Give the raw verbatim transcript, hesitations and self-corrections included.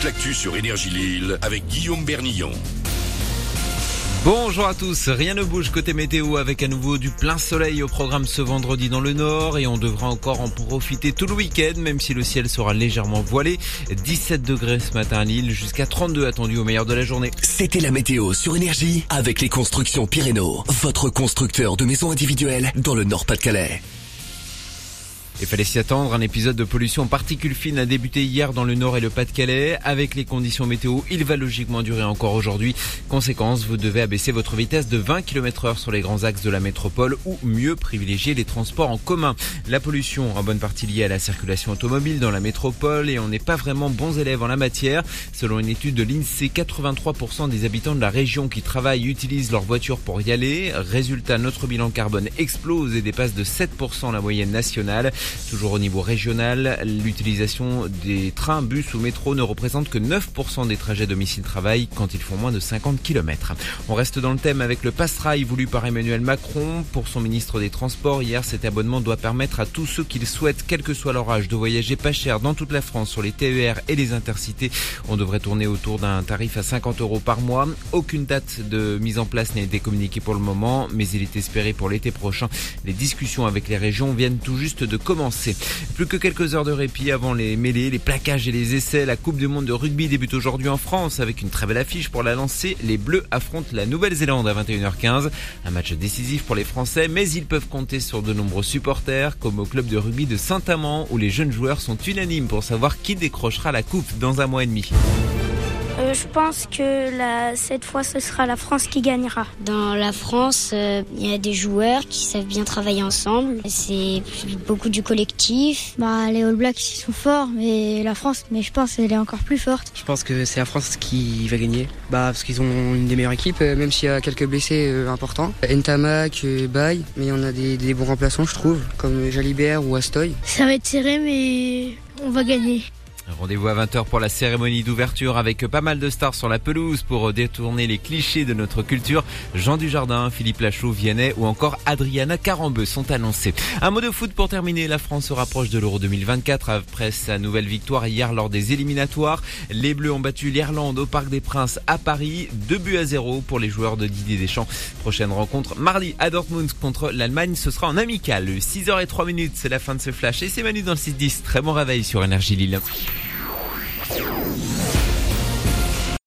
l'actu sur Énergie Lille avec Guillaume Bernillon. Bonjour à tous, rien ne bouge côté météo avec à nouveau du plein soleil au programme ce vendredi dans le nord et on devra encore en profiter tout le week-end même si le ciel sera légèrement voilé. dix-sept degrés ce matin à Lille, jusqu'à trente-deux attendus au meilleur de la journée. C'était la météo sur Énergie avec les constructions Pyréno, votre constructeur de maisons individuelles dans le Nord-Pas-de-Calais. Il fallait s'y attendre, un épisode de pollution en particules fines a débuté hier dans le Nord et le Pas-de-Calais. Avec les conditions météo, il va logiquement durer encore aujourd'hui. Conséquence, vous devez abaisser votre vitesse de vingt kilomètres heure sur les grands axes de la métropole ou mieux privilégier les transports en commun. La pollution en bonne partie liée à la circulation automobile dans la métropole et on n'est pas vraiment bons élèves en la matière. Selon une étude de l'INSEE, quatre-vingt-trois pour cent des habitants de la région qui travaillent utilisent leur voiture pour y aller. Résultat, notre bilan carbone explose et dépasse de sept pour cent la moyenne nationale. Toujours au niveau régional, l'utilisation des trains, bus ou métro ne représente que neuf pour cent des trajets domicile-travail quand ils font moins de cinquante kilomètres. On reste dans le thème avec le pass-rail voulu par Emmanuel Macron. Pour son ministre des Transports, hier, cet abonnement doit permettre à tous ceux qui le souhaitent, quel que soit leur âge, de voyager pas cher dans toute la France sur les T E R et les intercités. On devrait tourner autour d'un tarif à cinquante euros par mois. Aucune date de mise en place n'a été communiquée pour le moment, mais il est espéré pour l'été prochain. Les discussions avec les régions viennent tout juste de commencer. Plus que quelques heures de répit avant les mêlées, les plaquages et les essais. La Coupe du Monde de rugby débute aujourd'hui en France avec une très belle affiche pour la lancer. Les Bleus affrontent la Nouvelle-Zélande à vingt et une heures quinze. Un match décisif pour les Français, mais ils peuvent compter sur de nombreux supporters, comme au club de rugby de Saint-Amand où les jeunes joueurs sont unanimes pour savoir qui décrochera la coupe dans un mois et demi. Euh, je pense que la, cette fois, ce sera la France qui gagnera. Dans la France, il euh, y a des joueurs qui savent bien travailler ensemble. C'est beaucoup du collectif. Bah, les All Blacks, ils sont forts, mais la France, mais je pense qu'elle est encore plus forte. Je pense que c'est la France qui va gagner. Bah, parce qu'ils ont une des meilleures équipes, même s'il y a quelques blessés euh, importants. Ntamak, euh, Baye, mais on a des, des bons remplaçants, je trouve, comme Jalibert ou Astoy. Ça va être serré, mais on va gagner. Rendez-vous à vingt heures pour la cérémonie d'ouverture avec pas mal de stars sur la pelouse pour détourner les clichés de notre culture. Jean Dujardin, Philippe Lachaud, Vianney ou encore Adriana Carambeu sont annoncés. Un mot de foot pour terminer. La France se rapproche de l'Euro deux mille vingt-quatre après sa nouvelle victoire hier lors des éliminatoires. Les Bleus ont battu l'Irlande au Parc des Princes à Paris. deux buts à zéro pour les joueurs de Didier Deschamps. Prochaine rencontre mardi à Dortmund contre l'Allemagne. Ce sera en amical. six heures zéro trois minutes, c'est la fin de ce flash. Et c'est Manu dans le six dix. Très bon réveil sur Énergie Lille.